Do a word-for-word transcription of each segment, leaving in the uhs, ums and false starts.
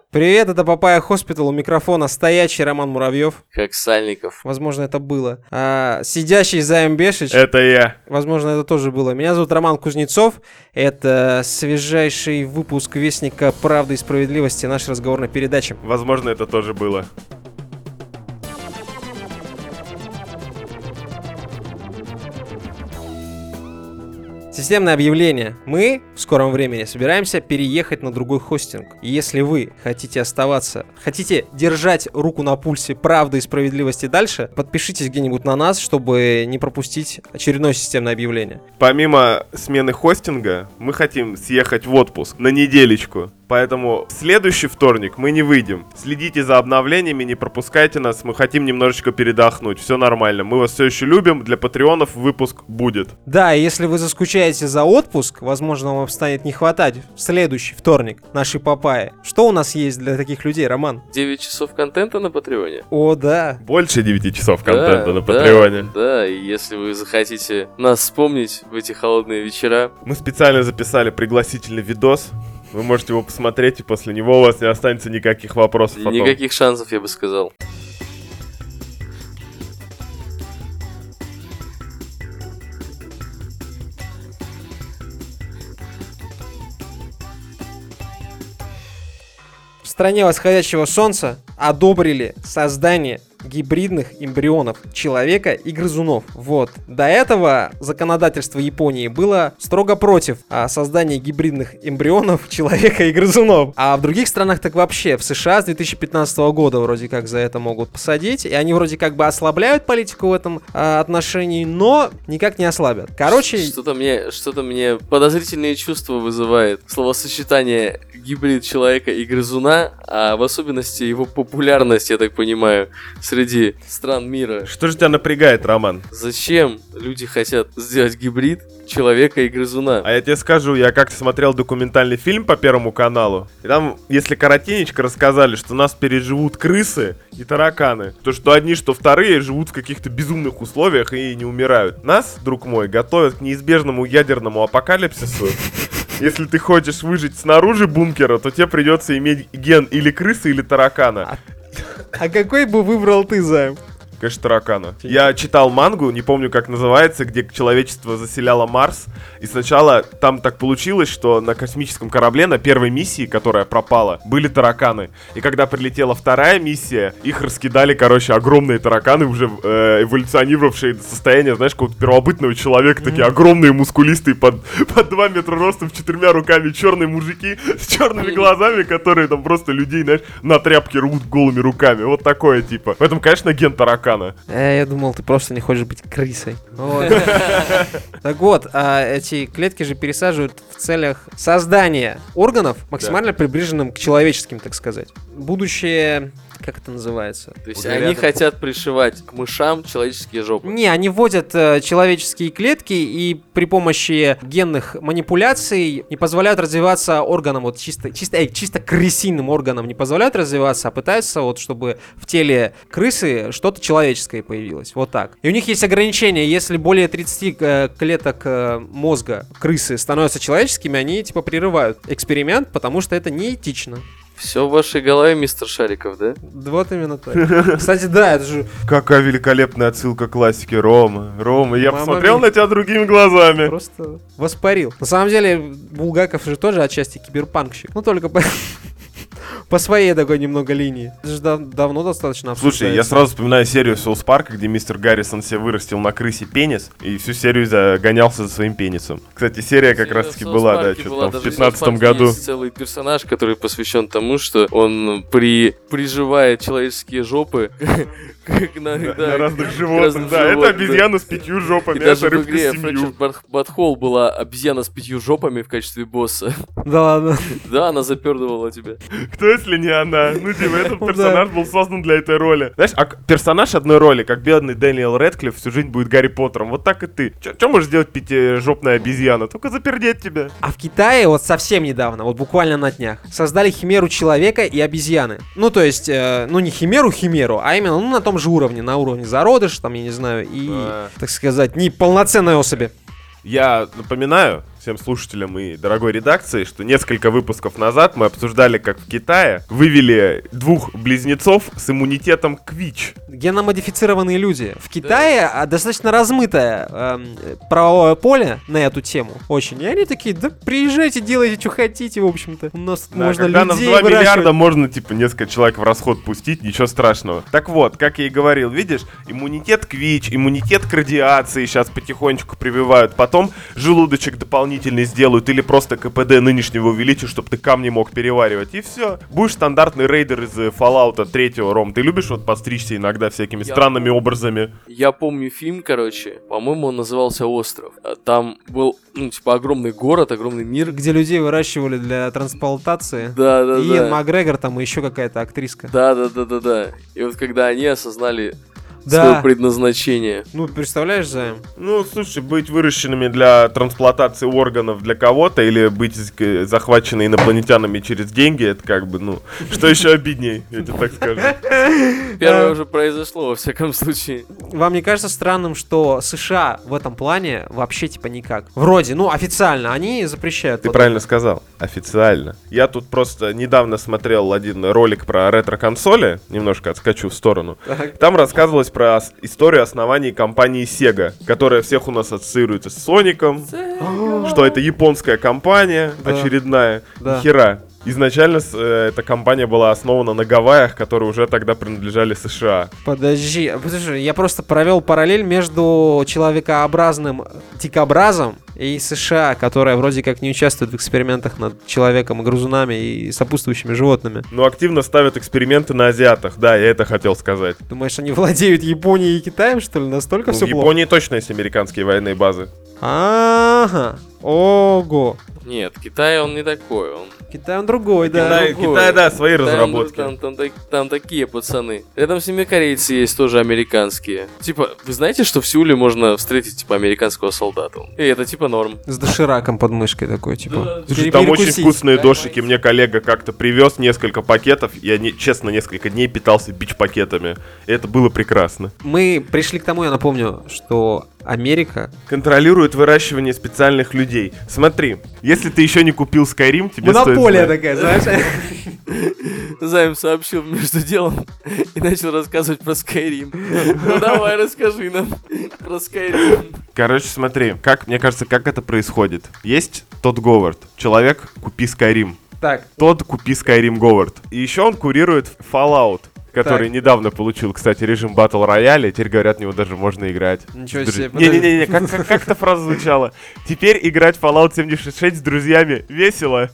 Привет, это Папайя Хоспитал, у микрофона стоячий Роман Муравьев. Как Сальников. Возможно, это было. А, сидящий Займ Бешич. Это я. Возможно, это тоже было. Меня зовут Роман Кузнецов. Это свежайший выпуск Вестника правды и справедливости, нашей разговорной передачи. Возможно, это тоже было. Системное объявление. Мы в скором времени собираемся переехать на другой хостинг. И если вы хотите оставаться, хотите держать руку на пульсе правды и справедливости дальше, подпишитесь где-нибудь на нас, чтобы не пропустить очередное системное объявление. Помимо смены хостинга, мы хотим съехать в отпуск на неделечку. Поэтому в следующий вторник мы не выйдем. Следите за обновлениями, не пропускайте нас. Мы хотим немножечко передохнуть. Все нормально. Мы вас все еще любим. Для патреонов выпуск будет. Да, и если вы заскучаете за отпуск, возможно, вам станет не хватать в следующий вторник нашей Папайи. Что у нас есть для таких людей, Роман? девять часов контента на Патреоне. О, да. Больше девяти часов Да, контента на да, Патреоне. Да, и если вы захотите нас вспомнить в эти холодные вечера. Мы специально записали пригласительный видос. Вы можете его посмотреть, и после него у вас не останется никаких вопросов потом. Никаких шансов, я бы сказал. В стране восходящего солнца одобрили создание гибридных эмбрионов человека и грызунов. Вот. До этого законодательство Японии было строго против а, создания гибридных эмбрионов человека и грызунов. А в других странах так вообще. В США с две тысячи пятнадцатого года вроде как за это могут посадить. И они вроде как бы ослабляют политику в этом а, отношении, но никак не ослабят. Короче... Что-то мне, что-то мне подозрительные чувства вызывает словосочетание гибрид человека и грызуна, а в особенности его популярность, я так понимаю, среди стран мира. Что же тебя напрягает, Роман? Зачем люди хотят сделать гибрид человека и грызуна? А я тебе скажу, я как-то смотрел документальный фильм по Первому каналу, и там, если коротенечко, рассказали, что нас переживут крысы и тараканы, то что одни, что вторые живут в каких-то безумных условиях и не умирают. Нас, друг мой, готовят к неизбежному ядерному апокалипсису. Если ты хочешь выжить снаружи бункера, то тебе придется иметь ген или крысы, или таракана. А какой бы выбрал ты, Займ? Конечно, таракана. Я читал мангу, не помню, как называется, где человечество заселяло Марс. И сначала там так получилось, что на космическом корабле, на первой миссии, которая пропала, были тараканы. И когда прилетела вторая миссия, их раскидали, короче, огромные тараканы, уже э, эволюционировавшие до состояния, знаешь, какого-то первобытного человека. Такие огромные, мускулистые, под, под два метра ростом, с четырьмя руками, черные мужики с черными глазами, которые там просто людей, знаешь, на тряпке рвут голыми руками. Вот такое, типа. Поэтому, конечно, ген таракана. Э, я думал, ты просто не хочешь быть крысой. Так вот, эти клетки же пересаживают в целях создания органов, максимально приближенным к человеческим, так сказать. Будущее... Как это называется? То есть они хотят пришивать к мышам человеческие жопы? Не, они вводят э, человеческие клетки и при помощи генных манипуляций не позволяют развиваться органам, вот чисто, чисто, э, чисто крысиным органам не позволяют развиваться, а пытаются вот, чтобы в теле крысы что-то человеческое появилось. Вот так. И у них есть ограничения, если более тридцати э, клеток э, мозга крысы становятся человеческими, они типа прерывают эксперимент, потому что это неэтично. Все в вашей голове, мистер Шариков, да? Вот именно так. Кстати, да, это же... Какая великолепная отсылка к классике. Рома, Рома, я Мама посмотрел мия. на тебя другими глазами. Просто воспарил. На самом деле, Булгаков же тоже отчасти киберпанкщик. Ну, только по... по своей такой немного линии. Это же дав- давно достаточно обсуждается. Слушай, я сразу вспоминаю серию Соус Парка, где мистер Гаррисон себе вырастил на крысе пенис и всю серию загонялся за своим пенисом. Кстати, серия как раз таки была, да, что-то там в пятнадцатом году. Есть целый персонаж, который посвящен тому, что он при приживает человеческие жопы на разных животных. Да, это обезьяна с пятью жопами, это рыбка с семью. Бадхолл была обезьяна с пятью жопами в качестве босса. Да ладно. Да, она запердывала тебя. Кто, если не она? Ну, типа, этот персонаж был создан для этой роли. Знаешь, а персонаж одной роли, как бедный Дэниел Рэдклифф, всю жизнь будет Гарри Поттером. Вот так и ты. Что можешь сделать пятижопная обезьяна? Только запердеть тебя. А в Китае вот совсем недавно, вот буквально на днях, создали химеру человека и обезьяны. Ну, то есть, э, ну, не химеру-химеру, а именно, ну, на том же уровне, на уровне зародыш, там, я не знаю, и, А. так сказать, не полноценной особи. Я напоминаю, всем слушателям и дорогой редакции, что несколько выпусков назад мы обсуждали, как в Китае вывели двух близнецов с иммунитетом к ВИЧ. Геномодифицированные люди. В Китае а, достаточно размытое эм, правовое поле на эту тему. Очень. И они такие, да приезжайте, делайте, что хотите, в общем-то. У нас Да, можно когда людей на два выращивать. миллиарда можно, типа, несколько человек в расход пустить, ничего страшного. Так вот, как я и говорил, видишь, иммунитет к ВИЧ, иммунитет к радиации сейчас потихонечку прививают, потом желудочек дополнительный сделают или просто КПД нынешнего увеличат, чтобы ты камни мог переваривать, и все. Будешь стандартный рейдер из Fallout три, Ром. Ты любишь вот подстричься иногда всякими Я странными помню. образами? Я помню фильм, короче, по-моему, он назывался «Остров». А Там был, ну, типа, огромный город, огромный мир. Где людей выращивали для трансплантации. Да, да, И Иэн да. Макгрегор там и еще какая-то актриска. Да, да, да, да, да. И вот когда они осознали Да. свое предназначение. Ну, представляешь, Займ? Ну, слушай, быть выращенными для трансплантации органов для кого-то или быть э, захвачены инопланетянами через деньги, это как бы, ну, что еще обидней, я тебе так скажу. Первое уже произошло, во всяком случае. Вам не кажется странным, что США в этом плане вообще типа никак? Вроде, ну, официально они запрещают. Ты вот правильно сказал, официально. Я тут просто недавно смотрел один ролик про ретро-консоли, немножко отскочу в сторону. Так. Там рассказывалось про ос- историю оснований компании Sega, которая всех у нас ассоциируется с Соником, что это японская компания Да. очередная. Да. Ни хера. Изначально с- э, эта компания была основана на Гавайях, которые уже тогда принадлежали США. Подожди, а, подожди, я просто провел параллель между человекообразным дикобразом и США, которая вроде как не участвует в экспериментах над человеком и грызунами и сопутствующими животными. Но активно ставят эксперименты на азиатах, да, я это хотел сказать. Думаешь, они владеют Японией и Китаем, что ли? Настолько Ну, все в плохо? Японии точно есть американские военные базы. Ага. Ого. Нет, Китай, он не такой, он... Китай он другой, да. Китай, другое. Китай, да, свои Там, разработки. Там, там так- там такие пацаны. Рядом с ними корейцы есть, тоже американские. Типа, вы знаете, что в Сеуле можно встретить, типа, американского солдата? И это, типа, норм. С дошираком под мышкой такой, типа. Слушай, там очень перекусить. вкусные дошики. Мне коллега как-то привез несколько пакетов. Я, не, честно, несколько дней питался бич-пакетами. И это было прекрасно. Мы пришли к тому, я напомню, что Америка... Контролирует выращивание специальных людей. Смотри, если ты еще не купил Skyrim, тебе Монополия стоит знать. такая, знаешь? Займ сообщил между делом и начал рассказывать про Skyrim. Ну давай, расскажи нам про Skyrim. Короче, смотри, как, мне кажется, как это происходит. Есть Тодд Говард. Человек, купи Skyrim. Так, Тодд, купи Skyrim Говард. И еще он курирует Fallout, который Так. недавно получил, кстати, режим Battle Royale. Теперь, говорят, в него даже можно играть. Ничего С друз- себе, подожди. Не-не-не, как, как, как эта фраза звучала? Теперь играть в Fallout семьдесят шесть с друзьями весело.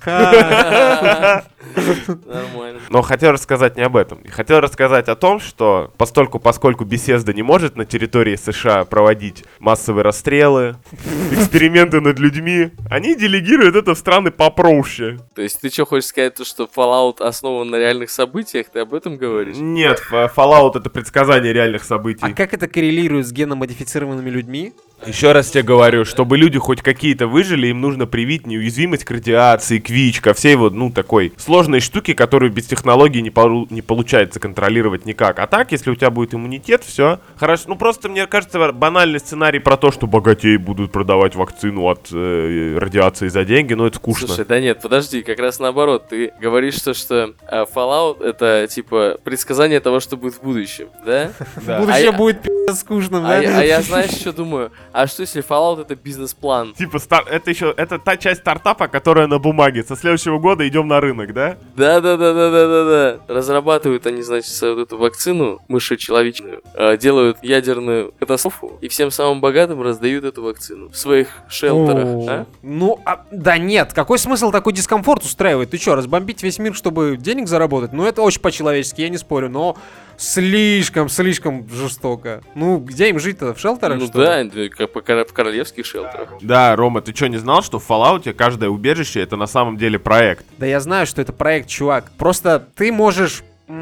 Нормально. Но хотел рассказать не об этом. Хотел рассказать о том, что постольку, поскольку Bethesda не может на территории США проводить массовые расстрелы, эксперименты над людьми, они делегируют это в страны попроще. То есть ты что хочешь сказать, то, что Fallout основан на реальных событиях? Ты об этом говоришь? Нет, Ф- Fallout — это предсказание реальных событий. а как это коррелирует с геномодифицированными людьми? Еще раз тебе говорю, чтобы люди хоть какие-то выжили, им нужно привить неуязвимость к радиации, к ВИЧ, ко всей вот, ну, такой сложной штуке, которую без технологий не, пору- не получается контролировать никак. А так, если у тебя будет иммунитет, все хорошо. Ну, просто, мне кажется, банальный сценарий про то, что богатеи будут продавать вакцину от э, радиации за деньги, но это скучно. Слушай, да нет, подожди, как раз наоборот. Ты говоришь, что, что э, Fallout это типа предсказание того, что будет в будущем, да? Да. Будущее А я- будет пи***ц скучным, А, да? я, а я, знаешь, что думаю? А что если Fallout это бизнес-план? Типа, стар- это еще, это та часть стартапа, которая на бумаге. Со следующего года идем на рынок, да? Да-да-да-да-да-да-да. Разрабатывают они, значит, вот эту вакцину мышечеловечную, э, делают ядерную катастрофу и всем самым богатым раздают эту вакцину в своих шелтерах. О, А? Ну, а, да нет, какой смысл такой дискомфорт устраивать? Ты что, разбомбить весь мир, чтобы денег заработать? Ну, это очень по-человечески, я не спорю, но слишком, слишком жестоко. Ну, где им жить-то? В шелтерах, Ну что ли? да, да, как по кор- в королевских шелтерах. Да, Рома, ты что, не знал, что в Fallout каждое убежище — это на самом деле проект? Да я знаю, что это проект, чувак. Просто ты можешь м,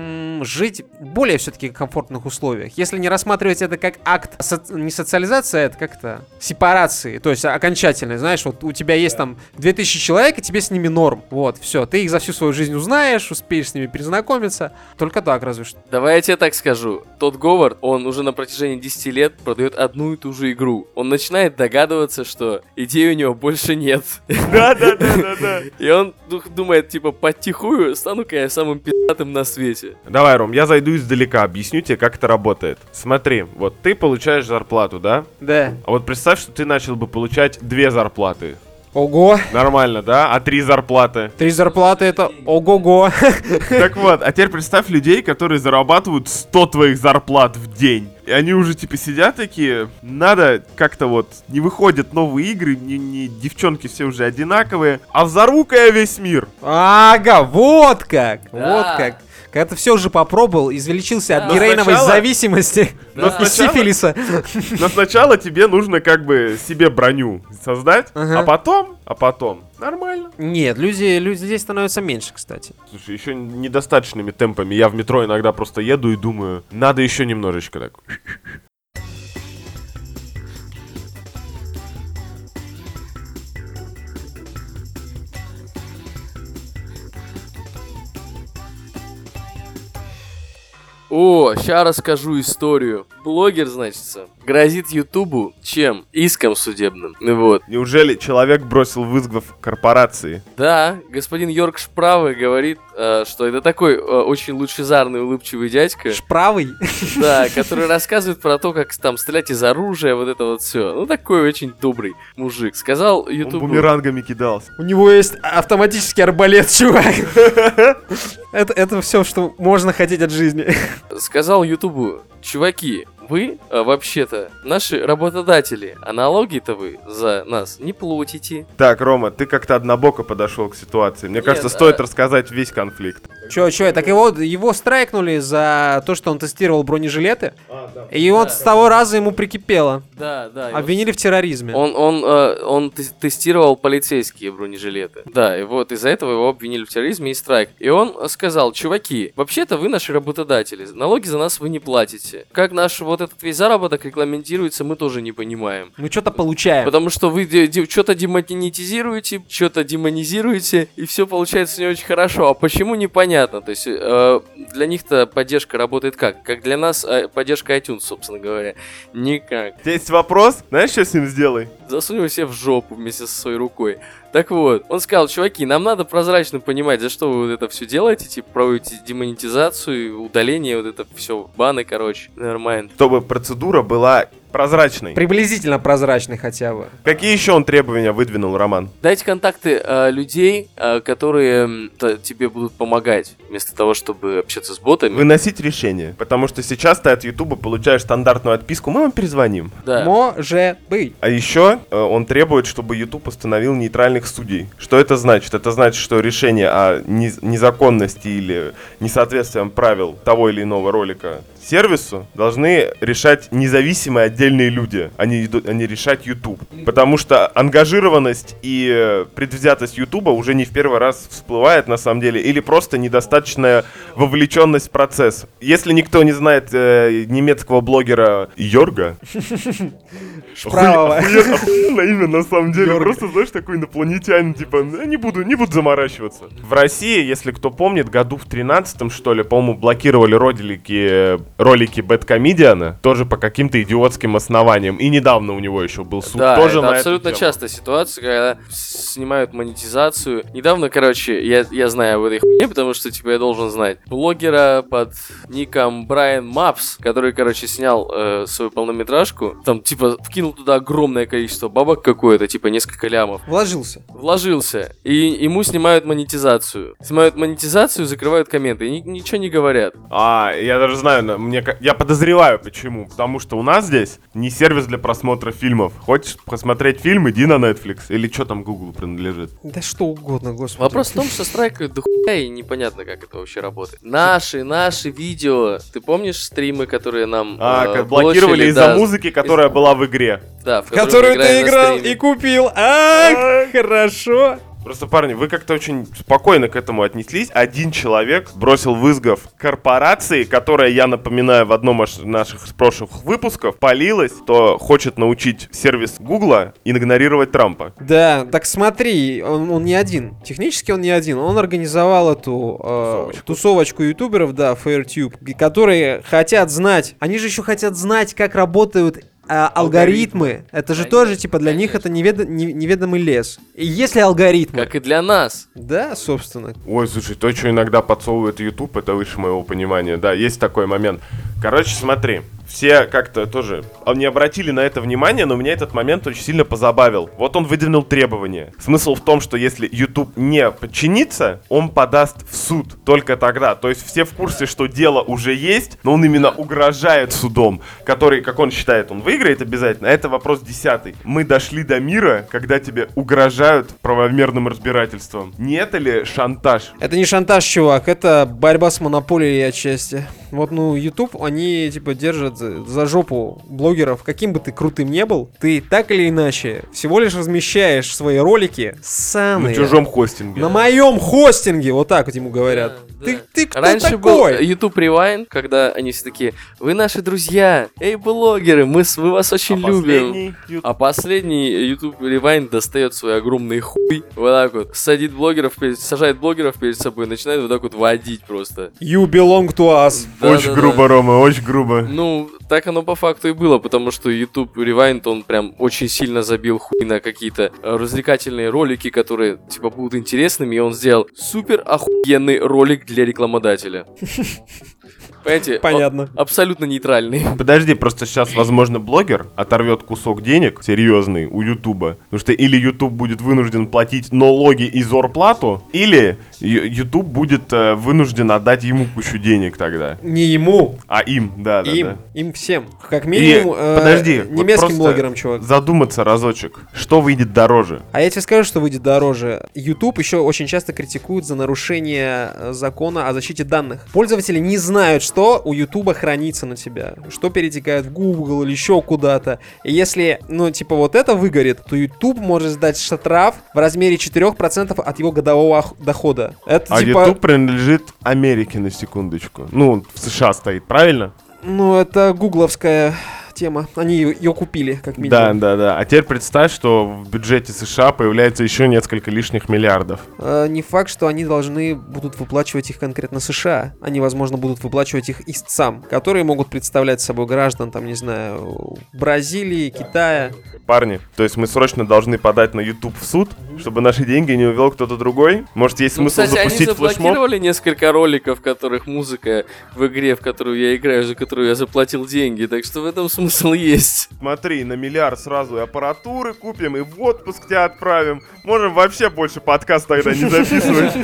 ну, жить в более все-таки комфортных условиях. Если не рассматривать это как акт со- не социализации, а это как-то сепарации, то есть окончательной, знаешь, вот у тебя есть там две тысячи человек, и тебе с ними норм, вот, все, ты их за всю свою жизнь узнаешь, успеешь с ними перезнакомиться, только так разве что. Давай я тебе так скажу. Тот Говард, он уже на протяжении десяти лет продает одну и ту же игру. Он начинает догадываться, что идей у него больше нет. Да-да-да-да-да. И он ду- думает, типа, потихую стану-ка я самым пи***тым на свете. Давай, Ром, я зайду издалека, объясню тебе, как это работает. Смотри, вот ты получаешь зарплату, да? Да. А вот представь, что ты начал бы получать две зарплаты. Ого, Нормально, да? А три зарплаты? три зарплаты это ого-го. Так вот, а теперь представь людей, которые зарабатывают сто твоих зарплат в день. И они уже типа сидят такие, надо как-то вот, не выходят новые игры, не, не, девчонки все уже одинаковые, а взорву-ка я весь мир. Ага, вот как, Да. вот как. Когда ты все уже попробовал, излечился Да. от героиновой Сначала- зависимости Но и сначала- сифилиса. Но сначала тебе нужно как бы себе броню создать, Ага. а потом, а потом, нормально. Нет, люди, люди здесь становятся меньше, кстати. Слушай, еще недостаточными темпами. Я в метро иногда просто еду и думаю, надо еще немножечко так. О, ща расскажу историю. Блогер, значится, грозит Ютубу чем? Иском судебным. Вот. Неужели человек бросил вызов корпорации? Да, господин Йорк Шправы говорит, э, что это такой э, очень лучезарный, улыбчивый дядька, Шправый. да, который рассказывает про то, как там стрелять из оружия, вот это вот все. Ну, такой очень добрый мужик. Сказал Он Ютубу... бумерангами кидался. У него есть автоматический арбалет, чувак. Это, это все, что можно хотеть от жизни. Сказал Ютубу, чуваки, вы э, вообще-то наши работодатели, а налоги-то вы за нас не платите. Так, Рома, ты как-то однобоко подошел к ситуации. Мне Нет, кажется, стоит а- рассказать весь конфликт. Че, че, так его, его страйкнули за то, что он тестировал бронежилеты. И вот Да. с того раза ему прикипело. Да, да. и Обвинили в терроризме. Он, он, э, он те- тестировал полицейские бронежилеты. Да, и вот из-за этого его обвинили в терроризме и страйк. И он э, сказал, чуваки, вообще-то вы наши работодатели, налоги за нас вы не платите. Как наш вот этот весь заработок регламентируется, мы тоже не понимаем. Мы что-то получаем. Потому что вы что-то демонетизируете, что-то демонизируете, и все получается не очень хорошо. А почему непонятно? То есть э, для них-то поддержка работает как? Как для нас э, поддержка iTunes, собственно говоря. Никак. У тебя есть вопрос? Знаешь, что с ним сделай? Засунь его себе в жопу вместе со своей рукой. Так вот, он сказал, чуваки, нам надо прозрачно понимать, за что вы вот это все делаете, типа проводите демонетизацию, удаление, вот это все, баны, короче, нормально. Чтобы процедура была прозрачной. Приблизительно прозрачный хотя бы. Какие еще он требования выдвинул, Роман? Дайте контакты э, людей, э, которые м, т- тебе будут помогать, вместо того, чтобы общаться с ботами. Выносить решение. Потому что сейчас ты от Ютуба получаешь стандартную отписку, мы вам перезвоним. Да. Может быть. А еще э, он требует, чтобы YouTube установил нейтральных судей. Что это значит? Это значит, что решение о не- незаконности или несоответствии правил того или иного ролика сервису должны решать независимые отдельные люди, а не, иду- а не решать YouTube. Потому что ангажированность и э, предвзятость YouTube уже не в первый раз всплывает на самом деле, или просто недостаточная вовлеченность в процесс. Если никто не знает э, немецкого блогера Йорга, Шправого. Охуенно, охуенное имя на самом деле. Йорг. Просто, знаешь, такой инопланетянин, типа, «Ну, не буду, не буду заморачиваться. В России, если кто помнит, году в тринадцатом, что ли, по-моему, блокировали ролики, ролики Бэдкомедиана, тоже по каким-то идиотским основаниям. И недавно у него еще был суд Да, тоже это на абсолютно эту тему. частая ситуация, когда с- снимают монетизацию. Недавно, короче, я, я знаю об этой хуйне, потому что, типа, я должен знать. Блогера под ником Брайан Мапс, который, короче, снял э, свою полнометражку, там, типа, вкинул туда огромное количество бабок какое-то, типа, несколько лямов. Вложился. Вложился, и ему снимают монетизацию. Снимают монетизацию, закрывают комменты, и ни- ничего не говорят. А, я даже знаю, на- мне, ка- я подозреваю почему. Потому что у нас здесь не сервис для просмотра фильмов. Хочешь посмотреть фильм, иди на Netflix. Или что там Google принадлежит. Да что угодно, господи. Вопрос в том, что страйкают дохуя, и непонятно, как это вообще работает. Наши, наши видео. Ты помнишь стримы, которые нам А, э, как блокировали блочили? из-за Да, музыки, которая была в игре. Да, в которую Которую мы играем ты на играл стриме. и купил. А, хорошо. Просто, парни, вы как-то очень спокойно к этому отнеслись. Один человек бросил вызов корпорации, которая, я напоминаю, в одном из наших прошлых выпусков палилась, что хочет научить сервис Гугла игнорировать Трампа. Да, так смотри, он, он не один. Технически он не один. Он организовал эту э, тусовочку. тусовочку ютуберов, да, FairTube, которые хотят знать. Они же еще хотят знать, как работают А, алгоритмы, алгоритмы, это же конечно, тоже, типа, для конечно. них это невед... неведомый лес. И если алгоритмы... Как и для нас. Да, собственно. Ой, слушай, то, что иногда подсовывает YouTube, это выше моего понимания. Да, есть такой момент. Короче, смотри. Все как-то тоже не обратили на это внимание, но меня этот момент очень сильно позабавил. Вот он выдвинул требования. Смысл в том, что если YouTube не подчинится, он подаст в суд только тогда. То есть все в курсе, что дело уже есть, но он именно угрожает судом, который, как он считает, он выиграет обязательно. Это вопрос десятый. Мы дошли до мира, когда тебе угрожают правомерным разбирательством. Не это ли шантаж? Это не шантаж, чувак, это борьба с монополией отчасти. Вот, ну, YouTube, они, типа, держат за жопу блогеров, каким бы ты крутым не был, ты так или иначе всего лишь размещаешь свои ролики самые... На чужом хостинге. На моем хостинге, вот так вот ему говорят. Да, ты, да. ты кто Раньше такой? Был YouTube Rewind, когда они все такие: вы наши друзья, эй, блогеры, мы, мы вас очень а любим. Последний... А последний YouTube Rewind достает свой огромный хуй, вот так вот, садит блогеров, сажает блогеров перед собой, начинает вот так вот водить просто. You belong to us. Да, очень да, грубо, да. Рома, очень грубо. Ну, так оно по факту и было, потому что YouTube Rewind, он прям очень сильно забил хуй на какие-то развлекательные ролики, которые, типа, будут интересными, и он сделал супер охуенный ролик для рекламодателя. Понимаете? Понятно. О- абсолютно нейтральный. Подожди, просто сейчас, возможно, блогер оторвет кусок денег серьезный у Ютуба, потому что или Ютуб будет вынужден платить налоги и зорплату, или Ютуб будет э, вынужден отдать ему кучу денег тогда. Не ему. А им, да, да, им, да. Им всем. Как минимум, и, э, подожди, немецким вот блогерам, чувак. Задуматься разочек, что выйдет дороже? А я тебе скажу, что выйдет дороже. YouTube еще очень часто критикуют за нарушение закона о защите данных. Пользователи не знают, что у YouTube хранится на тебя, что перетекает в Google или еще куда-то. И если, ну, типа, вот это выгорит, то YouTube может сдать штраф в размере четыре процента от его годового дохода. Это, а типа... YouTube принадлежит Америке, на секундочку. Ну, в США стоит, правильно? Ну, это гугловская тема. Они ее купили, как минимум. Да, да, да. А теперь представь, что в бюджете США появляется еще несколько лишних миллиардов. Э, не факт, что они должны будут выплачивать их конкретно США. Они, возможно, будут выплачивать их истцам, которые могут представлять собой граждан, там, не знаю, Бразилии, Китая. Парни, то есть мы срочно должны подать на YouTube в суд, чтобы наши деньги не увел кто-то другой? Может, есть ну, смысл кстати, запустить флешмоб? Они заблокировали несколько роликов, в которых музыка в игре, в которую я играю, за которую я заплатил деньги, так что в этом смысл есть. Смотри, на миллиард сразу и аппаратуры купим, и в отпуск тебя отправим. Можем вообще больше подкаст тогда не записывать.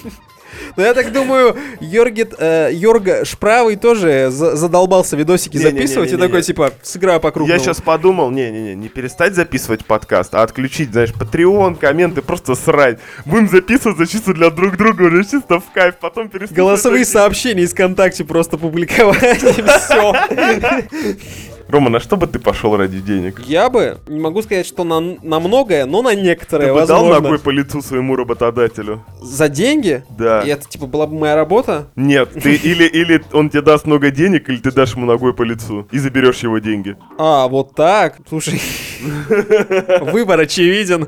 Ну, я так думаю, Йоргит, э, Йорга Шправый тоже за- задолбался видосики не, записывать не, не, не, и такой, не. типа, сыграю по крупному. Я сейчас подумал, не-не-не, не перестать записывать подкаст, а отключить, знаешь, Patreon, комменты, просто срать. Будем записываться чисто для друг друга, уже чисто в кайф, потом перестать. Голосовые сообщения из ВКонтакте просто публиковать, и все. Рома, на что бы ты пошел ради денег? Я бы, не могу сказать, что на, на многое, но на некоторое, ты бы возможно. дал ногой по лицу своему работодателю? За деньги? Да. И это, типа, была бы моя работа? Нет, ты или, или он тебе даст много денег, или ты дашь ему ногой по лицу и заберешь его деньги. А, вот так? Слушай, выбор очевиден.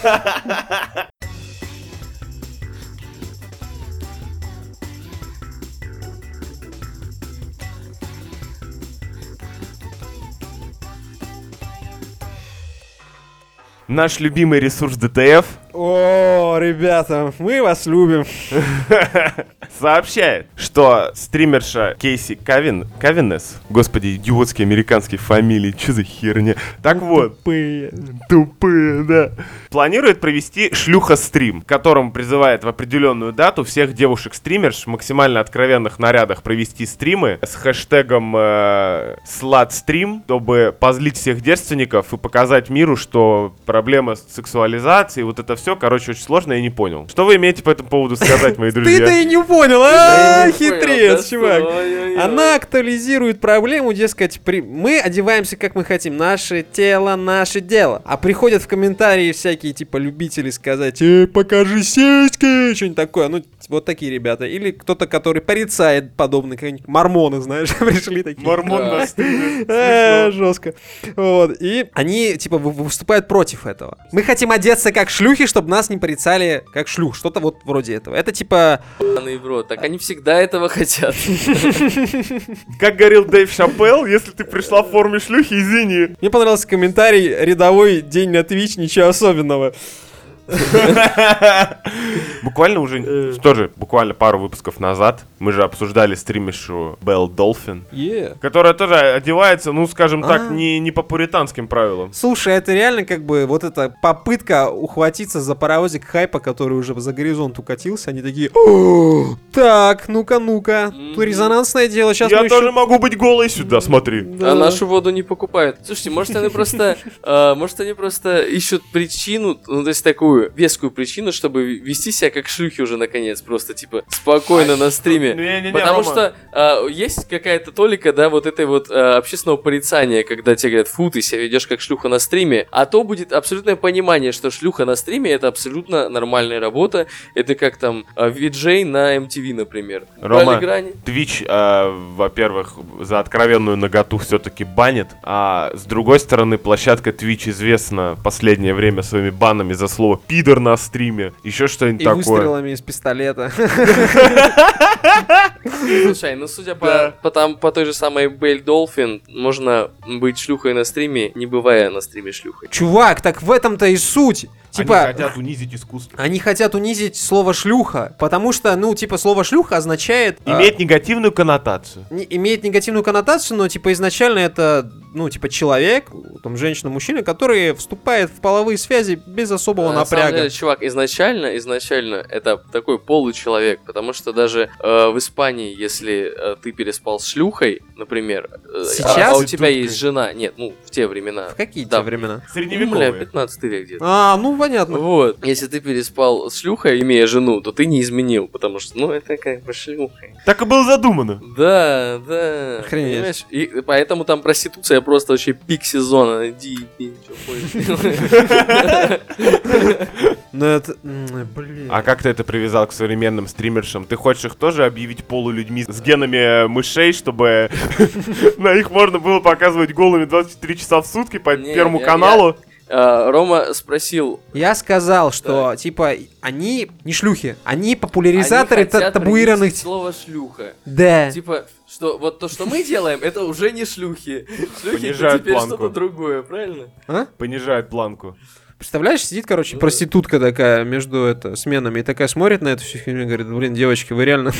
Наш любимый ресурс ди ти эф. О, ребята, мы вас любим. Сообщает, что стримерша Кейси Кавин, Кавинес, господи, идиотские американские фамилии, что за херня? Так вот. Тупые. Тупые, да. Планирует провести шлюха-стрим, в котором призывает в определенную дату всех девушек-стримерш в максимально откровенных нарядах провести стримы с хэштегом э, сладстрим, чтобы позлить всех девственников и показать миру, что проблема с сексуализацией, вот это все, короче, очень сложно, я не понял. Что вы имеете по этому поводу сказать, мои друзья? Ты-то и не понял, а? хитрец, чувак. Ой-ой-ой. Она актуализирует проблему, дескать, при... мы одеваемся как мы хотим, наше тело, наше дело. А приходят в комментарии всякие, типа, любители сказать, э, покажи сиськи, что-нибудь такое. Ну, вот такие ребята. Или кто-то, который порицает подобные, какие-нибудь мормоны, знаешь, пришли такие. Мормон Да. на стриме. Э, Смешно. Жестко. Вот. И они, типа, вы- выступают против этого. Мы хотим одеться как шлюхи, чтобы нас не порицали как шлюх. Что-то вот вроде этого. Это типа... Ебаный в рот. Так они всегда этого хотят. Как говорил Дэйв Шапелл, если ты пришла в форме шлюхи, извини. Мне понравился комментарий «Рядовой день на Twitch, ничего особенного». Буквально уже, тоже буквально пару выпусков назад, мы же обсуждали стримершу Белл Долфин, Yeah. которая тоже одевается, ну, скажем так, А. не, не по пуританским правилам. Слушай, это реально как бы вот эта попытка ухватиться за паровозик хайпа, который уже за горизонт укатился. Они такие, «О, так, ну-ка, ну-ка, Мгм. тут резонансное дело, сейчас Я мы тоже еще...» могу быть голой сюда, смотри. Да. А нашу воду не покупают. Слушайте, может они просто, э, может они просто ищут причину, ну то есть такую вескую причину, чтобы вести себя как шлюхи уже наконец, просто типа спокойно на стриме. Ну, не-не-не, Потому Рома. что э, есть какая-то толика, да, вот этой вот э, общественного порицания, когда тебе говорят, фу, ты себя ведешь как шлюха на стриме, а то будет абсолютное понимание, что шлюха на стриме это абсолютно нормальная работа, это как там э, виджей на эм ти ви, например. Рома, Брали грани. Twitch, э, во-первых, за откровенную наготу все-таки банит, а с другой стороны, площадка Twitch известна в последнее время своими банами за слово «пидор» на стриме, еще что-нибудь И такое. выстрелами из пистолета. Слушай, ну судя по, Да. по, там, по той же самой Белл Долфин, можно быть шлюхой на стриме, не бывая на стриме шлюхой. Чувак, так в этом-то и суть. Типа, Они хотят унизить искусство. они хотят унизить слово шлюха, потому что, ну, типа, слово шлюха означает... а, Имеет негативную коннотацию. не- имеет негативную коннотацию, но, типа, изначально это, ну, типа, человек, там, женщина, мужчина, который вступает в половые связи без особого На самом напряга. деле, чувак, изначально, изначально это такой получеловек, потому что даже э, в Испании, если э, ты переспал с шлюхой, например, э, Сейчас? а, а у тебя Проституткой. есть жена, нет, ну, в те времена. В какие Да. те времена? Ну, бля, Средневековые. пятнадцатый век где-то. А, ну, понятно. Вот, если ты переспал с шлюхой, имея жену, то ты не изменил, потому что, ну, это как бы шлюха. Так и было задумано. Да, да. Охренеть. Понимаешь? И поэтому там проституция просто вообще пик сезона. Иди, иди, что хочешь. Ну, это... м, Блин. А как ты это привязал к современным стримершам? Ты хочешь их тоже объявить полулюдьми с генами мышей, чтобы на их можно было показывать голыми двадцать четыре часа в сутки по Не, Первому я- каналу? А, Рома спросил, Я сказал, что, типа, они не шлюхи, они популяризаторы они хотят та- табуированных... принести слово шлюха. Да. Типа, что вот то, что мы делаем, это уже не шлюхи. Шлюхи это Понижают теперь планку. что-то другое, правильно? А? Понижает планку. Представляешь, сидит, короче, Ну, проститутка такая между это, сменами и такая смотрит на эту всю херню и говорит, блин, девочки, вы реально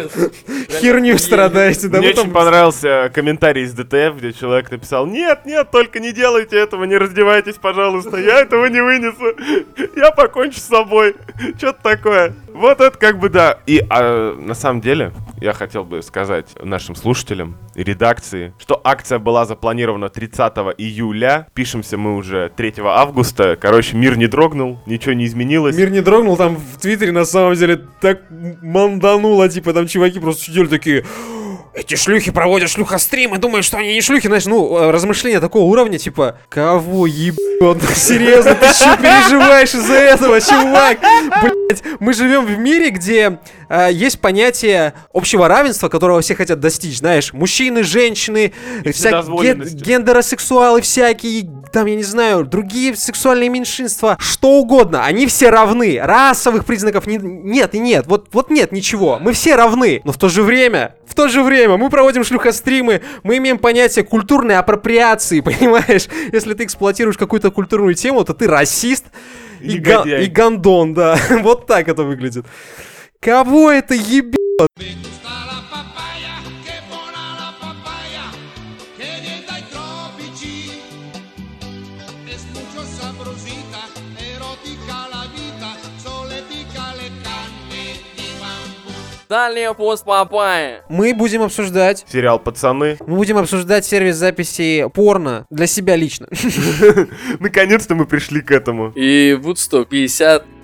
херню страдаете, да Мне вы очень там... понравился комментарий из ди ти эф, где человек написал: нет, нет, только не делайте этого, не раздевайтесь, пожалуйста, я этого не вынесу, я покончу с собой. Что-то такое. Вот это как бы да. И а, на самом деле, я хотел бы сказать нашим слушателям и редакции, что акция была запланирована тридцатого июля, пишемся мы уже третьего августа, короче, мир не дрогнул, ничего не изменилось. Мир не дрогнул, там в Твиттере на самом деле так мандануло, типа там чуваки просто сидели такие... Эти шлюхи проводят шлюхостримы, думают, что они не шлюхи, знаешь, ну, э, размышления такого уровня, типа, кого ебет? Серьезно, ты что переживаешь из-за этого, чувак? Блять, мы живем в мире, где э, есть понятие общего равенства, которого все хотят достичь, знаешь, мужчины, женщины, всякие вседозволенности. гендеросексуалы всякие, там, я не знаю, другие сексуальные меньшинства, что угодно, они все равны, расовых признаков не- нет и нет, вот, вот нет ничего, мы все равны, но в то же время, в то же время мы проводим шлюхостримы, мы имеем понятие культурной апроприации, понимаешь, если ты эксплуатируешь какую-то культурную тему, то ты расист и, га- Негодяй. и гандон, да, вот так это выглядит. Кого это ебет? gusta la papaya, che buona la papaya, che viene dai tropici. Es mucho sabrosita, erótica la vida, soletica le canne di bambù. Далее пост Папайя. Мы будем обсуждать Сериал «Пацаны». Мы будем обсуждать сервис записи порно для себя лично. Наконец-то мы пришли к этому. И Woodstock пятьдесят